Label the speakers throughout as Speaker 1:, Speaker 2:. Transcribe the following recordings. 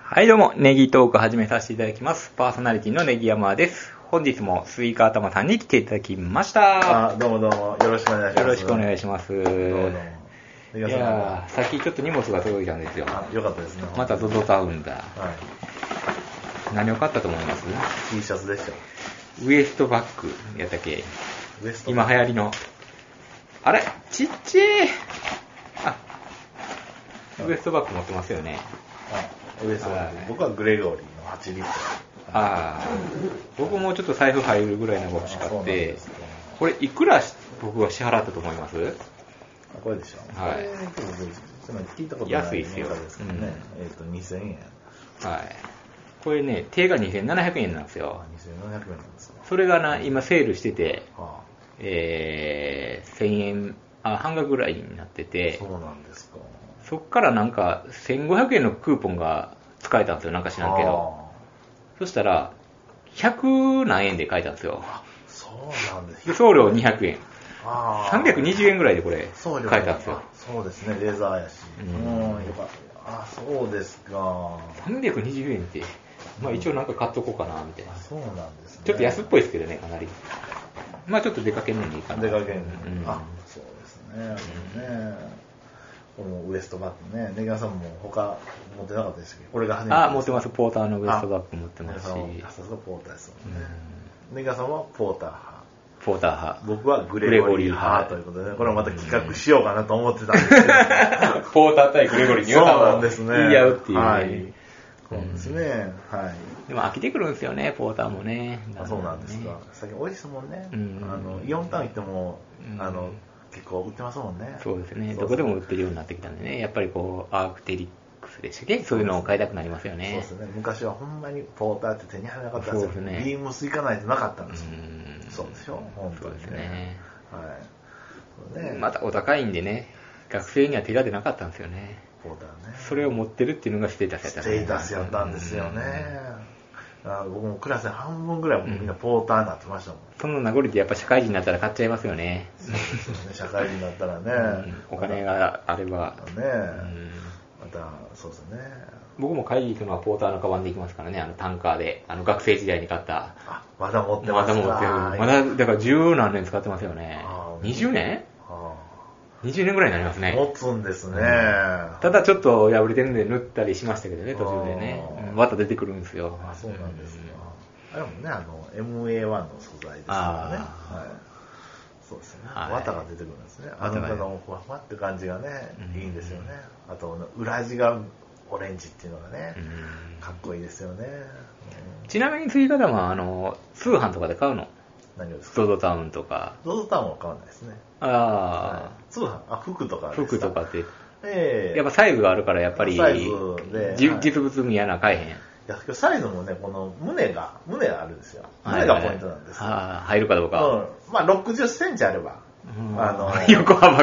Speaker 1: はいどうも、ネギトーク始めさせていただきます。パーソナリティのネギ山です。本日もスイカ頭さんに来ていただきました。
Speaker 2: どうもどうも、よろしくお願いします。
Speaker 1: よろしくお願いします。
Speaker 2: どうもどうも。
Speaker 1: いやー、さっきちょっと荷物が届いたんですよ。
Speaker 2: よかったですね。
Speaker 1: またゾゾタウンだ。
Speaker 2: はい。
Speaker 1: 何を買ったと思います？
Speaker 2: T シャツでした。
Speaker 1: ウエストバッグやったっけ？
Speaker 2: ウエスト
Speaker 1: 今流行りの。あれちっちゃい。ウエストバッグ持ってますよね。
Speaker 2: ウエストバッグ。僕はグレゴリーの8リットル。
Speaker 1: 僕もちょっと財布入るぐらいのが欲しかって、これいくら僕は支払ったと思います？
Speaker 2: これでしょ。はい。聞いたことない。
Speaker 1: 安いですよ。
Speaker 2: 2000円。
Speaker 1: はい。これね、定価2700円なんですよ。
Speaker 2: 2700円なんですか。
Speaker 1: それが今セールしてて、1000円、半額ぐらいになってて、
Speaker 2: そうなんですか。
Speaker 1: そっからなんか1500円のクーポンが使えたんですよ、なんか知らんけど。そしたら、100何円で買えたんですよ。
Speaker 2: そうなんです。
Speaker 1: 送料200円。320円ぐらいでこれ買えたんですよ。
Speaker 2: そうですね、レザーやし。よかった。そうですか。
Speaker 1: 320円って、まあ一応なんか買っとこうかな、みたいな。
Speaker 2: そうなんですね。
Speaker 1: ちょっと安っぽいですけどね、かなり。まあちょっと出かけるのにいいかな。
Speaker 2: 出かけるのに。そうですね。このウエストバッグね、ネギワさんも他持ってなかったですけど、これが初めて。
Speaker 1: 持ってます。ポーターのウエストバッグ持ってますし。
Speaker 2: さすがポーターですもんね。ネギワさんはポーター派。
Speaker 1: ポーター派。
Speaker 2: 僕はグレゴリー派ということで、これをまた企画しようかなと思ってたんですけど。
Speaker 1: ポーター対グレゴリーに
Speaker 2: そうなんですね。
Speaker 1: 言い合うっていうね。
Speaker 2: はい。そうですね。はい。
Speaker 1: でも飽きてくるんですよね、ポーターもね。
Speaker 2: そうなんですか。最近多いですもんね。イオンタウン行っても、結構売ってますもんね。
Speaker 1: そうですね。どこでも売ってるようになってきたんでね。やっぱりこう、アークテリックスでしたっけ？そういうのを買いたくなりますよね。
Speaker 2: そうですね。昔はほんまにポーターって手に入らなかったんですよ。そうですね。ビームス行かないとなかったんですよ。そうでしょ？本当に。そうですね。
Speaker 1: はい。またお高いんでね、学生には手が出なかったんですよね。
Speaker 2: ポーターね。
Speaker 1: それを持ってるっていうのがステータスやったんです
Speaker 2: ね。ステータスやったんですよね。僕もクラスで半分ぐらいみんなポーターになってましたもん。
Speaker 1: その名残でやっぱ社会人になったら買っちゃいますよね。
Speaker 2: そうですよね。社会人になったらね。
Speaker 1: お金があれば。
Speaker 2: ねまた、そうですね。
Speaker 1: 僕も会議行くのはポーターのカバンで行きますからね、タンカーで。学生時代に買った。
Speaker 2: まだ持ってますか？
Speaker 1: まだ持ってる。まだ、だから十何年使ってますよね。20年？20年ぐらいになりますね。
Speaker 2: 持つんですね。
Speaker 1: ただちょっと破れてるんで塗ったりしましたけどね、途中でね。また出てくるんですよ。
Speaker 2: そうなんですよ。あれもね、MA1 の素材ですからね。そうですね。綿が出てくるんですね。ふわふわって感じがね、いいんですよね。あと、裏地がオレンジっていうのがね、かっこいいですよね。
Speaker 1: ちなみに次方は、通販とかで買うの？
Speaker 2: 何をですか？
Speaker 1: ゾゾタウンとか。
Speaker 2: ゾゾタウンは買わないですね。通販、服とかですか？
Speaker 1: 服とかって。やっぱサイズがあるからやっぱり、
Speaker 2: サイズで。
Speaker 1: 実物見やな買えへん。
Speaker 2: いや、サイズもね、この胸があるんですよ。胸がポイントなんですよ。
Speaker 1: 入るかどうか。
Speaker 2: まあ、60センチあれば。
Speaker 1: 横幅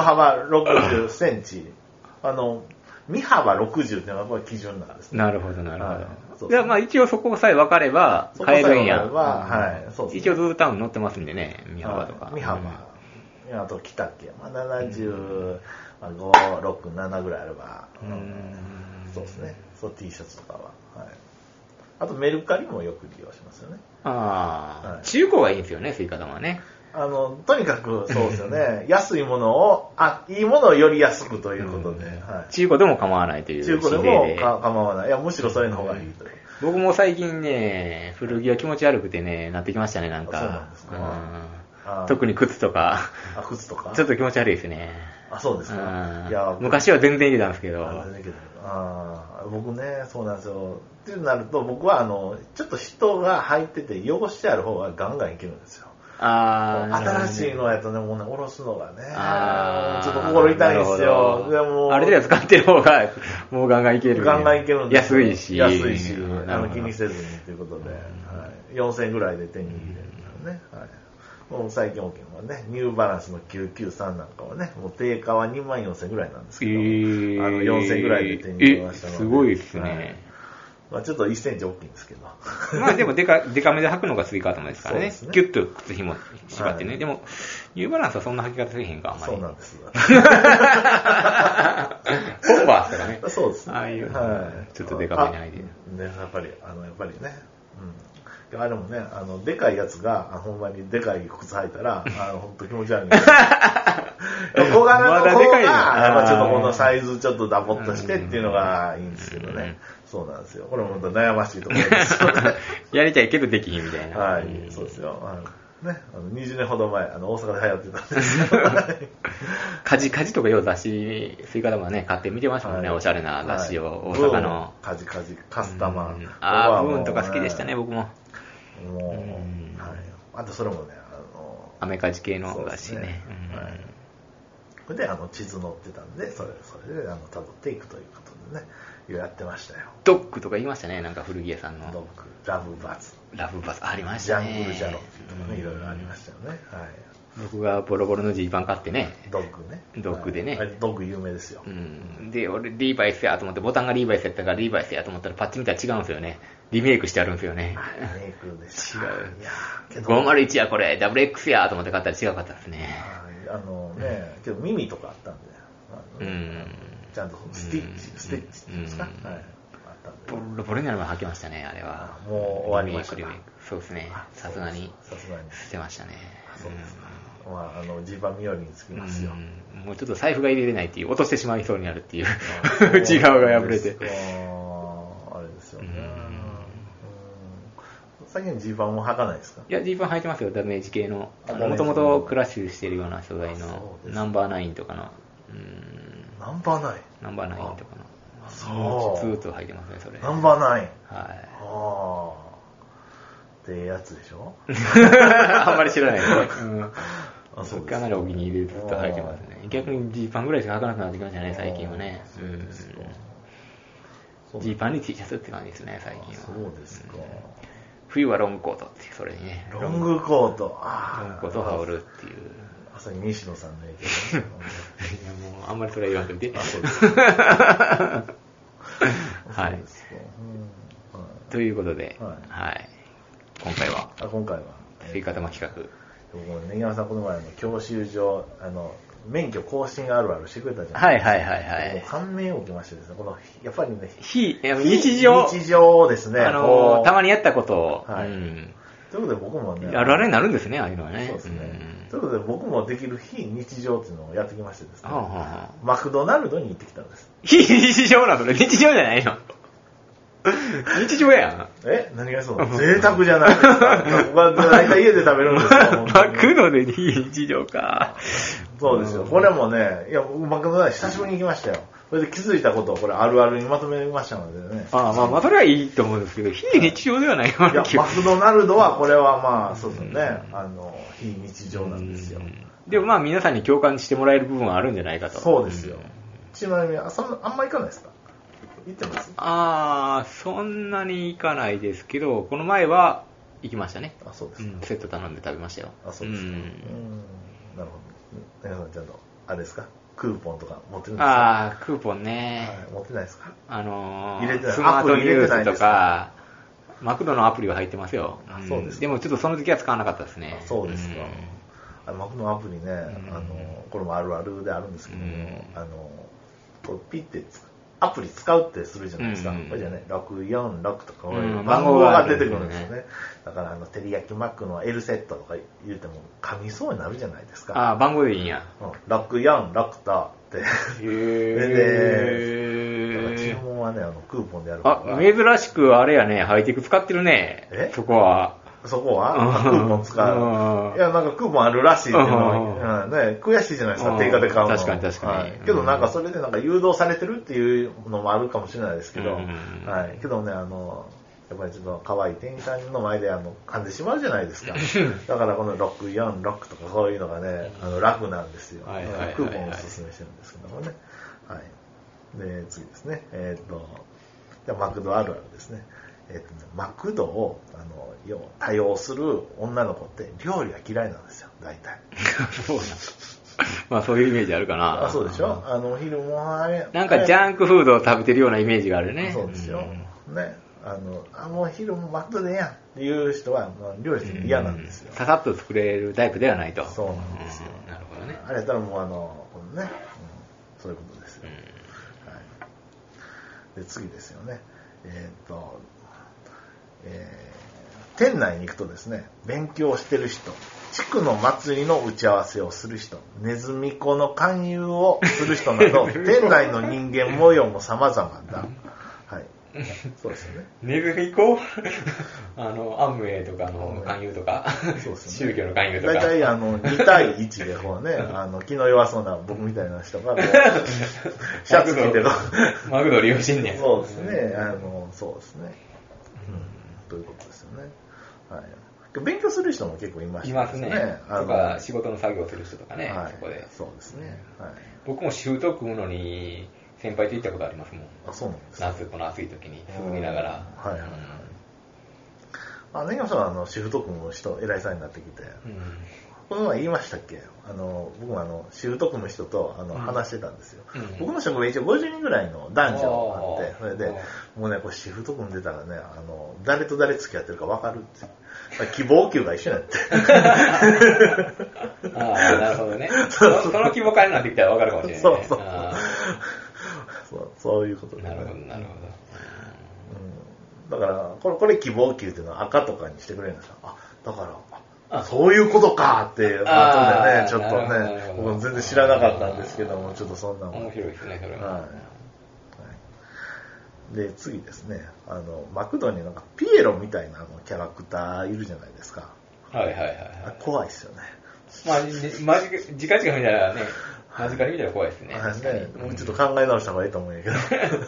Speaker 2: 60センチ。身幅60っていうのがこれ基準なんです。
Speaker 1: なるほど、なるほど。じゃあまあ一応そこさえ分かれば買えるんや。
Speaker 2: はい、そうです。
Speaker 1: 一応ズータウン乗ってますんでね、身幅とか。
Speaker 2: 身幅。あと着丈。75、6、7ぐらいあれば。そうですね。T シャツとかは。あとメルカリもよく利用しますよね。
Speaker 1: 中古がいいんですよね、スイカ玉はね。
Speaker 2: とにかくそうですよね。安いものを、いいものをより安くということで。
Speaker 1: 中古でも構わないという。
Speaker 2: 中古でも構わない。いや、むしろそれの方がいいという。
Speaker 1: 僕も最近ね、古着が気持ち悪くてね、なってきましたね、なんか。
Speaker 2: そうなんですか。
Speaker 1: 特に靴とか。
Speaker 2: 靴とか
Speaker 1: ちょっと気持ち悪いですね。
Speaker 2: そうですか。いや、
Speaker 1: 昔は全然いけたんですけど。
Speaker 2: 僕ね、そうなんですよ。ってなると、僕はちょっと人が履いてて汚してある方がガンガンいけるんですよ。新しいのやとね、もうね、下ろすのがね、ちょっと心痛いんですよ。でも
Speaker 1: あれでは使ってる方が、もうガンガンいける。
Speaker 2: ガンガンいけるんです
Speaker 1: 安いし。
Speaker 2: 気にせずにということで、4000円ぐらいで手に入れるね。もう最近大きいのはね、ニューバランスの993なんかはね、もう定価は24000円ぐらいなんですけど、4000円ぐらいで手に入れましたので。
Speaker 1: すごいですね。
Speaker 2: まあちょっと1センチ大きいんですけど。
Speaker 1: まあでもデカめで履くのがスイカ頭ですからね。ギュッと靴紐縛ってね。
Speaker 2: はい、
Speaker 1: でも、ニューバランスはそんな履き方せえへんか、あんまり。
Speaker 2: そうなんです。
Speaker 1: ホッパーとかね。
Speaker 2: そうですね。
Speaker 1: ああいう、
Speaker 2: はい、
Speaker 1: ちょっとデカめに履いてる。
Speaker 2: ね、やっぱりね。うん。あれもね、でかいやつが、ほんまにでかい靴履いたら、ほんと気持ち悪い。小柄の方が、やっぱちょっとこのサイズちょっとダボっとしてっていうのがいいんですけどね。そうなんですよ。これも本当悩ましいところですよね。
Speaker 1: やりたいけどできひんみたいな。
Speaker 2: はい、そうですよ。ね、20年ほど前、大阪で流行ってたんですよ。
Speaker 1: カジとかよう雑誌、スイカ玉ね、買って見てましたもんね、おしゃれな雑誌を、大阪の。
Speaker 2: カジ、カスタマー。
Speaker 1: ブーンとか好きでしたね、僕も。
Speaker 2: もう、はい。あとそれもね、
Speaker 1: アメカジ系の雑誌ね。
Speaker 2: それで地図載ってたんで、それで辿っていくということでね、やってましたよ。
Speaker 1: ドッグとか言いましたね、なんか古着屋さんの。
Speaker 2: ドッグ、ラブバズ
Speaker 1: ありましたね。
Speaker 2: ジャングルジャロとかね、いろいろありましたよね。はい。
Speaker 1: 僕がボロボロのジーパン買ってね。
Speaker 2: ドッグね。
Speaker 1: ドッグでね。
Speaker 2: ドッグ有名ですよ。
Speaker 1: で、俺リーバイスやと思って、ボタンがリーバイスやったからリーバイスやと思ったらパッチ見たら違うんですよね。リメイクしてあるんですよね。
Speaker 2: リメイクでした。
Speaker 1: 違う。501やこれ、WX やと思って買ったら違かったですね。
Speaker 2: けど耳とかあったんで。ちゃんとスティッチですか。はい。
Speaker 1: ボロボロになるまで履きましたね、あれは。
Speaker 2: もう終わりましたか。
Speaker 1: そうですね。さすがに捨てましたね。
Speaker 2: そうですか。まあジーパン身寄りにつきますよ。
Speaker 1: もうちょっと財布が入れれないっていう、落としてしまいそうになるっていう、内側が破れて。
Speaker 2: あれですよね。最近ジーパンも履かないですか？
Speaker 1: いや、ジーパン履いてますよ、ダメージ系の。もともとクラッシュしてるような素材の、ナンバー9とかの。
Speaker 2: ナンバー 9？
Speaker 1: ナンバー9とかの。
Speaker 2: そう。
Speaker 1: ずーっと履いてますね、それ。
Speaker 2: ナンバー 9？ はい。ってやつでしょ？
Speaker 1: あんまり知らないですね。かなりお気に入りでずっと履いてますね。逆にジーパンぐらいしか履かなくなってきましたね、最近はね。ジーパンに T シャツって感じですね、最近は。
Speaker 2: そうですか。
Speaker 1: 冬はロングコートっていう、それにね。
Speaker 2: ロングコート。
Speaker 1: ロングコートを羽織るっていう。
Speaker 2: 朝に西野さんの影響。
Speaker 1: いや、もう、あんまりそれは言わんといて。
Speaker 2: そうです
Speaker 1: はい。ということで、はい。今回は、スイカ玉企画。
Speaker 2: 僕もね、山さんこの前教習所、免許更新あるあるしてくれたじゃないですか。
Speaker 1: はい。
Speaker 2: もう感銘を受けましてですね、やっぱりね、
Speaker 1: 日
Speaker 2: 常ですね。
Speaker 1: たまにやったことを。
Speaker 2: はい。ということで僕もね、
Speaker 1: あるあるになるんですね、ああいうのはね。
Speaker 2: そうですね。ということで僕もできる非日常っていうのをやってきましてですね、マクドナルドに行ってきたんです。
Speaker 1: 非日常なの？日常じゃないの？日常やん。
Speaker 2: 何がそう？贅沢じゃないですか。僕は大体家で食べるんですよ。
Speaker 1: マクドで非日常か。
Speaker 2: そうですよ。これもね、いや、マクドナルド久しぶりに行きましたよ。それで気づいたことをこれあるあるにまとめましたのでね。
Speaker 1: まあ、それはいいと思うんですけど、非日常ではないような気が。
Speaker 2: マクドナルドはこれはまあ、そうですね。非日常なんですよ。
Speaker 1: でもまあ皆さんに共感してもらえる部分はあるんじゃないかと。
Speaker 2: そうですよ。ちなみに、あんま行かないですか？行ってます？
Speaker 1: そんなに行かないですけど、この前は行きましたね。
Speaker 2: そうですか。
Speaker 1: セット頼んで食べましたよ。
Speaker 2: そうですか。なるほど。皆さんちゃんと、あれですか？クーポンとか持ってるんですか？
Speaker 1: クーポンね。
Speaker 2: 持ってないですか？
Speaker 1: 入れてない。スマートニュースとか、マクドのアプリは入ってますよ。
Speaker 2: そうです。
Speaker 1: でもちょっとその時は使わなかったですね。
Speaker 2: そうですか。マクドのアプリね、これもあるあるであるんですけども、ピッてアプリ使うってするじゃないですか。これじゃね、646とか番号が出てくるんですよね。だから照り焼きマックの L セットとか言うても噛みそうになるじゃないですか。
Speaker 1: 番号でいいんや。
Speaker 2: 646とって。で、注文はね、クーポンでやるから。
Speaker 1: 珍しくあれやね、ハイテク使ってるね。そこは
Speaker 2: クーポン使う。いや、なんかクーポンあるらしいっていうのは、悔しいじゃないですか、定価で買うの。
Speaker 1: 確かに。
Speaker 2: けどなんかそれでなんか誘導されてるっていうのもあるかもしれないですけど、けどね、やっぱりちょっと可愛い店員さんの前で噛んでしまうじゃないですか。だからこの646とかそういうのがね、楽なんですよ。クーポンをおすすめしてるんですけどもね。はい。で、次ですね。じゃあマクドあるあるですね。マクドを多用する女の子って料理が嫌いなんですよ、大体。
Speaker 1: そうなんまあそういうイメージあるかな。
Speaker 2: そうでしょ？昼も
Speaker 1: なんかジャンクフードを食べてるようなイメージがあるね。
Speaker 2: そうですよ。ね。 もう昼もマクドでええやんっていう人は、料理するの嫌なんですよ。
Speaker 1: ささっと作れるタイプではないと。
Speaker 2: そうなんですよ。
Speaker 1: なるほどね。
Speaker 2: あれやったらもうこのね、そういうことですよ。はい、で、次ですよね。店内に行くとですね、勉強してる人、地区の祭りの打ち合わせをする人、ネズミ子の勧誘をする人など、店内の人間模様も様々だ。はい。そうですよね。
Speaker 1: ネズミ子アムウェイとかの勧誘とか、
Speaker 2: そうですね、
Speaker 1: 宗教の勧誘とか。
Speaker 2: 大体2対1でこうね、気の弱そうな僕みたいな人がこう、シャツ着て
Speaker 1: マクド利用しんねん。
Speaker 2: そうですね、そうですね。ということですよね。はい。勉強する人も結構いましたね。
Speaker 1: いますね。とか、仕事の作業する人とかね、
Speaker 2: はい、
Speaker 1: そこで。
Speaker 2: そうですね。はい、
Speaker 1: 僕もシフト組むのに、先輩と行ったことありますもん。
Speaker 2: あ、そうなんですか。
Speaker 1: この暑い時に、涼みながら。
Speaker 2: はいはいはい。ネギマさんはシフト組む人、偉いさんになってきて、この前言いましたっけ？僕もシフト組む人と話してたんですよ。僕の職場一応50人ぐらいの男女があって、それで、もうね、これシフト組んでたらね、誰と誰付き合ってるか分かるって。希望級が一緒になって。
Speaker 1: ああ、なるほどね。その規模感になってきたら分かるかもしれない、ね。
Speaker 2: そういうことですね。
Speaker 1: なるほど、なるほ
Speaker 2: ど。だから、これ希望級っていうのは赤とかにしてくれるんですよ。だから、そういうことかって、後でね、ちょっとね、僕も全然知らなかったんですけども、ちょっとそんな
Speaker 1: 面白いですね、それは。はい。
Speaker 2: で、次ですね、マクドになんかピエロみたいなキャラクターいるじゃないですか。
Speaker 1: はいはいはい。
Speaker 2: 怖いですよね。
Speaker 1: まあ、近々見たらね、間近に見たら怖いですね。
Speaker 2: 確かに。もうちょっと考え直した方がいいと思うんやけど。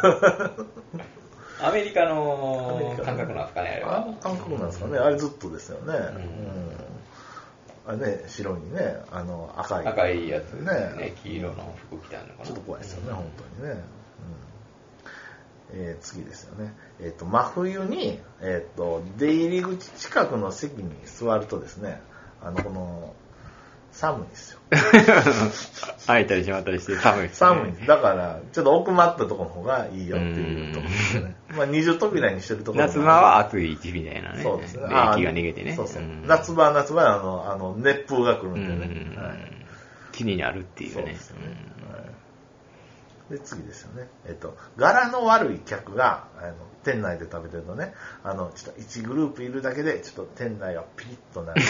Speaker 1: アメリカの感覚なんですかね、あれは。
Speaker 2: 感覚なんですかね。あれずっとですよね。あれね、白にね、赤
Speaker 1: いやつね、黄色の服着たのかな。
Speaker 2: ちょっと怖いですよね、本当にね。次ですよね。真冬に、出入り口近くの席に座るとですね、寒いですよ。
Speaker 1: 開いたり閉まったりして寒いです、
Speaker 2: ね。寒いです。だから、ちょっと奥まったところの方がいいよっていうところですよね。まあ、二重扉にしてるところ
Speaker 1: 夏場は暑い日みたいなね。
Speaker 2: そうですね。
Speaker 1: 冷気が逃げてね。
Speaker 2: そうそう。夏場は熱風が来るんでね。
Speaker 1: 気になるっていうね。
Speaker 2: そうですよね。で、次ですよね。柄の悪い客が、店内で食べてるとね、ちょっと1グループいるだけで、ちょっと店内がピリッとなる。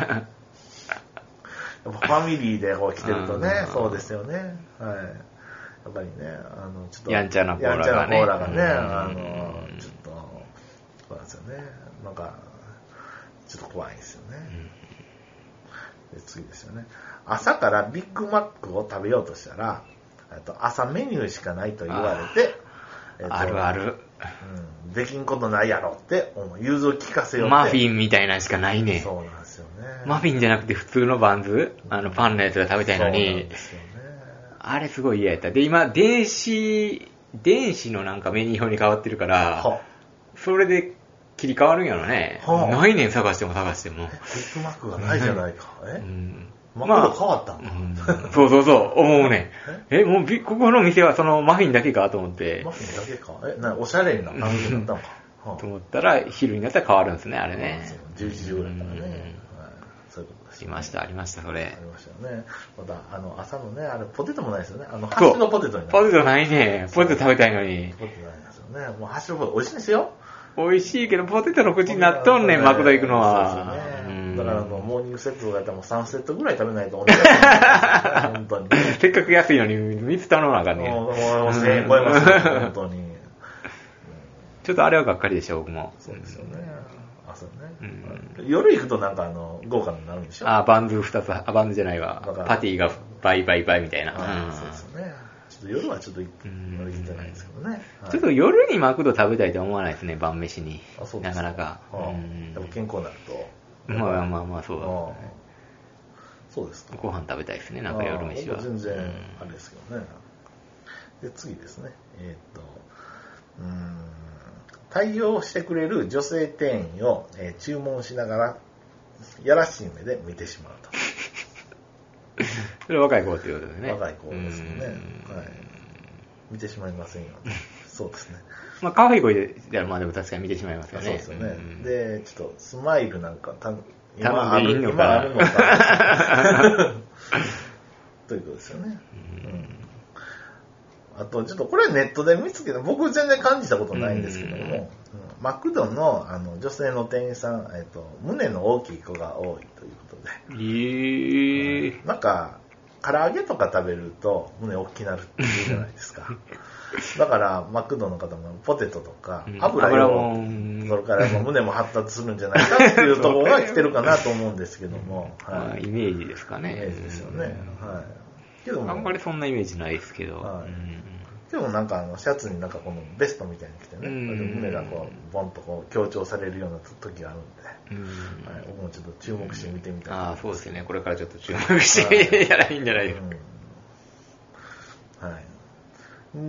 Speaker 2: ファミリーでこう来てるとね、そうですよね。はい。やっぱりね、ちょっと。
Speaker 1: やんちゃなコーラがね。
Speaker 2: ちょっと、そうなんですよね。なんか、ちょっと怖いですよね。で、次ですよね。朝からビッグマックを食べようとしたら、朝メニューしかないと言われて、
Speaker 1: あるある。
Speaker 2: できんことないやろって融通聞かせようって。
Speaker 1: マフィンみたいなのしかないね。
Speaker 2: そうなんですよね。
Speaker 1: マフィンじゃなくて普通のバンズ、パンのやつが食べたいのに、そうなんですよね。あれすごい嫌やった。で、今、電子のなんかメニュー表に変わってるから、それで切り替わるんやろね。ないねん、探しても。
Speaker 2: ビッグマックがないじゃないか。マクド変わったんだ。
Speaker 1: そう、思うね。もうここの店はそのマフィンだけかと思って。
Speaker 2: マフィンだけかおしゃれな感じだったのか。
Speaker 1: と思ったら、昼になったら変わるんですね、あれね。
Speaker 2: 11時ぐらいからね。そういうことです。
Speaker 1: ありました、それ。
Speaker 2: ありましたよね。また、朝のね、ポテトもないですよね。ハッシュのポテトになる。
Speaker 1: ポテトないね。ポテト食べたいのに。
Speaker 2: ポテトないですよね。もうハッシュのポテト美味しいんですよ。
Speaker 1: 美味しいけど、ポテトの口になっとんねん、マクド行くのは。
Speaker 2: そうですよね。だからモーニングセットとかやったらもう3セットぐらい食べないとお腹が本当に。
Speaker 1: せっかく安いのに3つ頼まなあかんねん。
Speaker 2: もう1000円超えますよ、本当に。
Speaker 1: ちょっとあれはがっかりでしょ、僕も。
Speaker 2: そうですよね。そうね。夜行くとなんか豪華になるんでしょ。
Speaker 1: バンズ2つ、バンズじゃないわ。パティが倍みたいな。
Speaker 2: そうですよね。ちょっと夜はちょっと乗り切ってないですけどね。
Speaker 1: ちょっと夜にマクド食べたいと思わないですね、晩飯に。なかなか。
Speaker 2: でも健康になると。
Speaker 1: まあ、そうだね。
Speaker 2: そうですか。
Speaker 1: ご飯食べたいですね、なんか夜飯は。
Speaker 2: 全然、あれですけどね。で、次ですね。対応してくれる女性店員を、注文しながら、やらしい目で見てしまうと。
Speaker 1: それは若い子っていうことですね。
Speaker 2: 若い子ですよね。はい。見てしまいませんよ。 そうですね。
Speaker 1: まあ、カフェ行ったら、まあでも確かに見てしまいますよね。
Speaker 2: そうですよね。で、ちょっとスマイルなんか
Speaker 1: 今あるのか
Speaker 2: なということですよね。あと、ちょっとこれネットで見つけて、僕全然感じたことないんですけども、マクドの女性の店員さん、胸の大きい子が多いということで。なんか、唐揚げとか食べると胸大きくなるって言うじゃないですか。だから、マクドの方もポテトとか、油をそれから胸も発達するんじゃないかっていうところが来てるかなと思うんですけども。
Speaker 1: はい、イメージですかね。
Speaker 2: イメージですよね。はい。けども
Speaker 1: あんまりそんなイメージないですけど。
Speaker 2: はいでもなんかシャツになんかこのベストみたいに着てね、胸がこうボンとこう強調されるような時があるんで、はい、僕もちょっと注目して見てみたい。
Speaker 1: ああ、そうですね。これからちょっと注目してやらいいんじゃないです
Speaker 2: か。はい。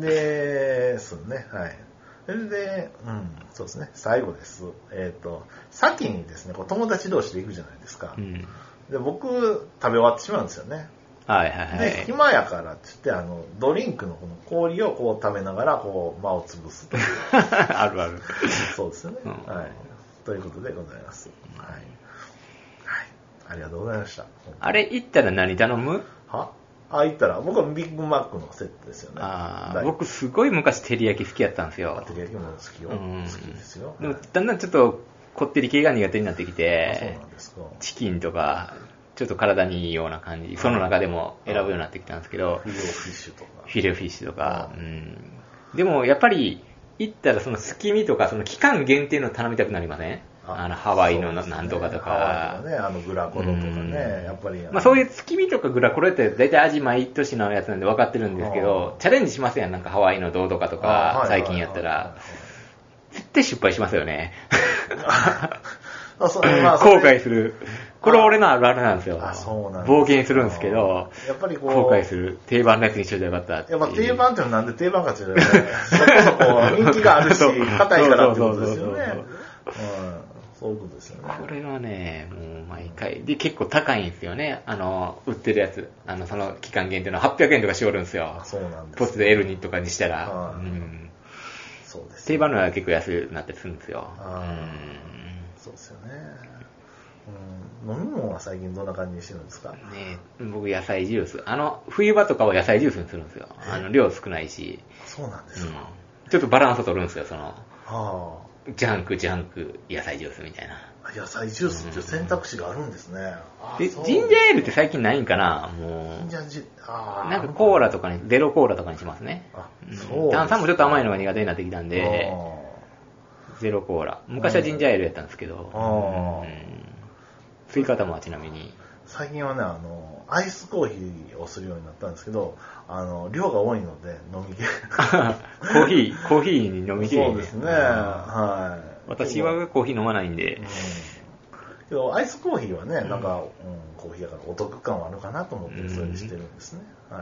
Speaker 2: で、そうね、はい。それで、そうですね、最後です。先にですね、こう友達同士で行くじゃないですか。で、僕、食べ終わってしまうんですよね。
Speaker 1: はいはいはい。
Speaker 2: で、暇やからって言って、ドリンクのこの氷をこう食べながら、こう、間を潰すという。
Speaker 1: あるある。
Speaker 2: そうですよね。はい。ということでございます。はい。はい。ありがとうございました。
Speaker 1: あれ、行ったら何頼む？
Speaker 2: 行ったら、僕はビッグマックのセットですよね。
Speaker 1: 僕すごい昔照り焼き好きやったんですよ。
Speaker 2: 照り焼きも好きよ。好きですよ。
Speaker 1: でも、だんだんちょっと、こってり系が苦手になってきて、
Speaker 2: そうなんですか。
Speaker 1: チキンとか、ちょっと体にいいような感じ、その中でも選ぶようになってきたんですけど、
Speaker 2: フィレオフィッシュとか。
Speaker 1: フィレオフィッシュとか、でもやっぱり行ったらそのすき身とかその期間限定の頼みたくなりません？ハワイのなんとかとか。
Speaker 2: ハワイのね、グラコロとかね、やっぱり。
Speaker 1: まあそういう月見とかグラコロって大体味毎年のやつなんで分かってるんですけど、チャレンジしますやん、なんかハワイのどうとかとか、最近やったら。絶対失敗しますよね。後悔する。これ俺のあるあるなんですよ。
Speaker 2: そうなん
Speaker 1: 冒険するんですけど、
Speaker 2: やっぱりこう
Speaker 1: 後悔する。定番のやつにしといたらよかったって。
Speaker 2: やっぱ定番ってのはなんで定番かっていうと、そこそこ人気があるし、硬いからってことですよね。そういうことですよね。
Speaker 1: これはね、もう毎回。で、結構高いんですよね。売ってるやつ。その期間限定の800円とかしおるんですよ。
Speaker 2: そうなんです。
Speaker 1: ポスト L にとかにしたら。
Speaker 2: そうです。
Speaker 1: 定番のは結構安くなったりするんですよ。
Speaker 2: そうですよね。飲み物は最近どんな感じにしてるんですか？
Speaker 1: ね、僕野菜ジュース。冬場とかは野菜ジュースにするんですよ。量少ないし。
Speaker 2: そうなんですか。
Speaker 1: ちょっとバランスを取るんですよ、ジャンク、野菜ジュースみたいな。
Speaker 2: 野菜ジュースっていう選択肢があるんですね。
Speaker 1: ジンジャーエールって最近ないんかな？もう。なんかコーラとかに、ゼロコーラとかにしますね。炭酸もちょっと甘いのが苦手になってきたんで、ゼロコーラ。昔はジンジャーエールやったんですけど、吸い方もちなみに。
Speaker 2: 最近はね、アイスコーヒーをするようになったんですけど、量が多いので飲みきれ
Speaker 1: コーヒーに飲みきれ
Speaker 2: そうですね。はい。
Speaker 1: 私はコーヒー飲まないんで。
Speaker 2: けど、アイスコーヒーはね、なんか、コーヒーだからお得感はあるかなと思って、それにしてるんですね。はい。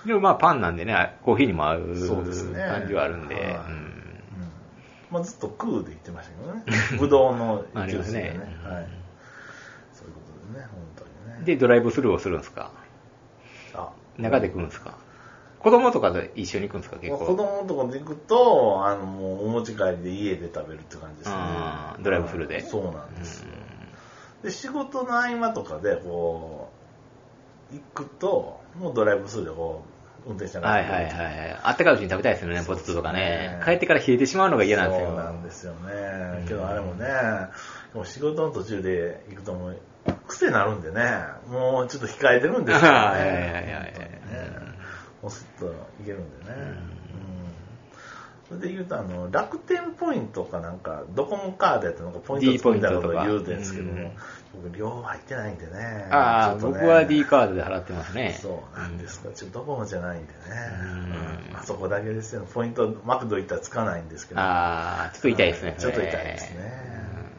Speaker 1: でもまあパンなんでね、コーヒーにも合う感じはあるんで。
Speaker 2: まあずっとクーで言ってましたけどね。ぶどうのジュースでね。はい。そういうことでね、本当にね。
Speaker 1: で、ドライブスルーをするんですか？中で食うんですか？子供とかで一緒に行くんですか？結構。
Speaker 2: 子供とかで行くと、もうお持ち帰りで家で食べるって感じですね。
Speaker 1: ドライブスルーで。
Speaker 2: そうなんですよ。で、仕事の合間とかで、こう、行くと、もうドライブスルーでこう、運転しながら。
Speaker 1: あったかいうちに食べたいですよね、ポテトとかね。帰ってから冷えてしまうのが嫌なんですよ。
Speaker 2: そうなんですよね。けどあれもね、もう仕事の途中で行くともう、癖になるんでね、もうちょっと控えてるんですよね。もうすっといけるんでね。それで言うと、楽天ポイントかなんか、ドコモカードやったのかポイントつくみたいなことを言うてんですけども、僕、両方入ってないんでね。
Speaker 1: 僕は D カードで払ってますね。
Speaker 2: そうなんですか。ちょっとドコモじゃないんでね。あそこだけですよ。ポイント、マクド行ったらつかないんですけど。
Speaker 1: ちょっと痛いですね。
Speaker 2: ちょっと痛いですね。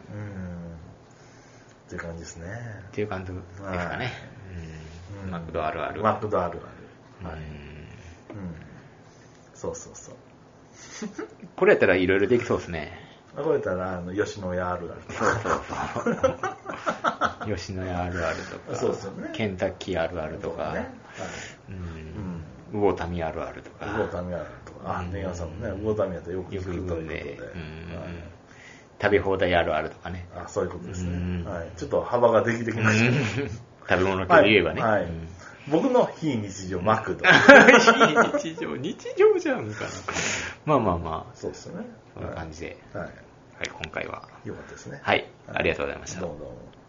Speaker 2: っていう感じですね。
Speaker 1: っていう感じですかね。マクドあるある。
Speaker 2: マクドあるある。はい。そうそうそう。
Speaker 1: これやったらいろいろできそうですね。
Speaker 2: これやったら、吉野家あるあると
Speaker 1: か。吉野家あるあるとか。
Speaker 2: そうですよね。
Speaker 1: ケンタッキーあるあるとか。魚民あるあるとか。
Speaker 2: 魚民あるあるとかネギワさんもね、魚民やとよく聞くということで。
Speaker 1: 食べ放題あるあるとかね。
Speaker 2: そういうことですね。はい。ちょっと幅ができてきました。
Speaker 1: 食べ物系で言えばね。
Speaker 2: はい。僕の非日常マクド。
Speaker 1: 非日常じゃんかな。まあまあまあ。
Speaker 2: そうですよね。
Speaker 1: こんな感じで。はい。今回は。
Speaker 2: よかったですね。
Speaker 1: はい。ありがとうございました。
Speaker 2: どうもどうも。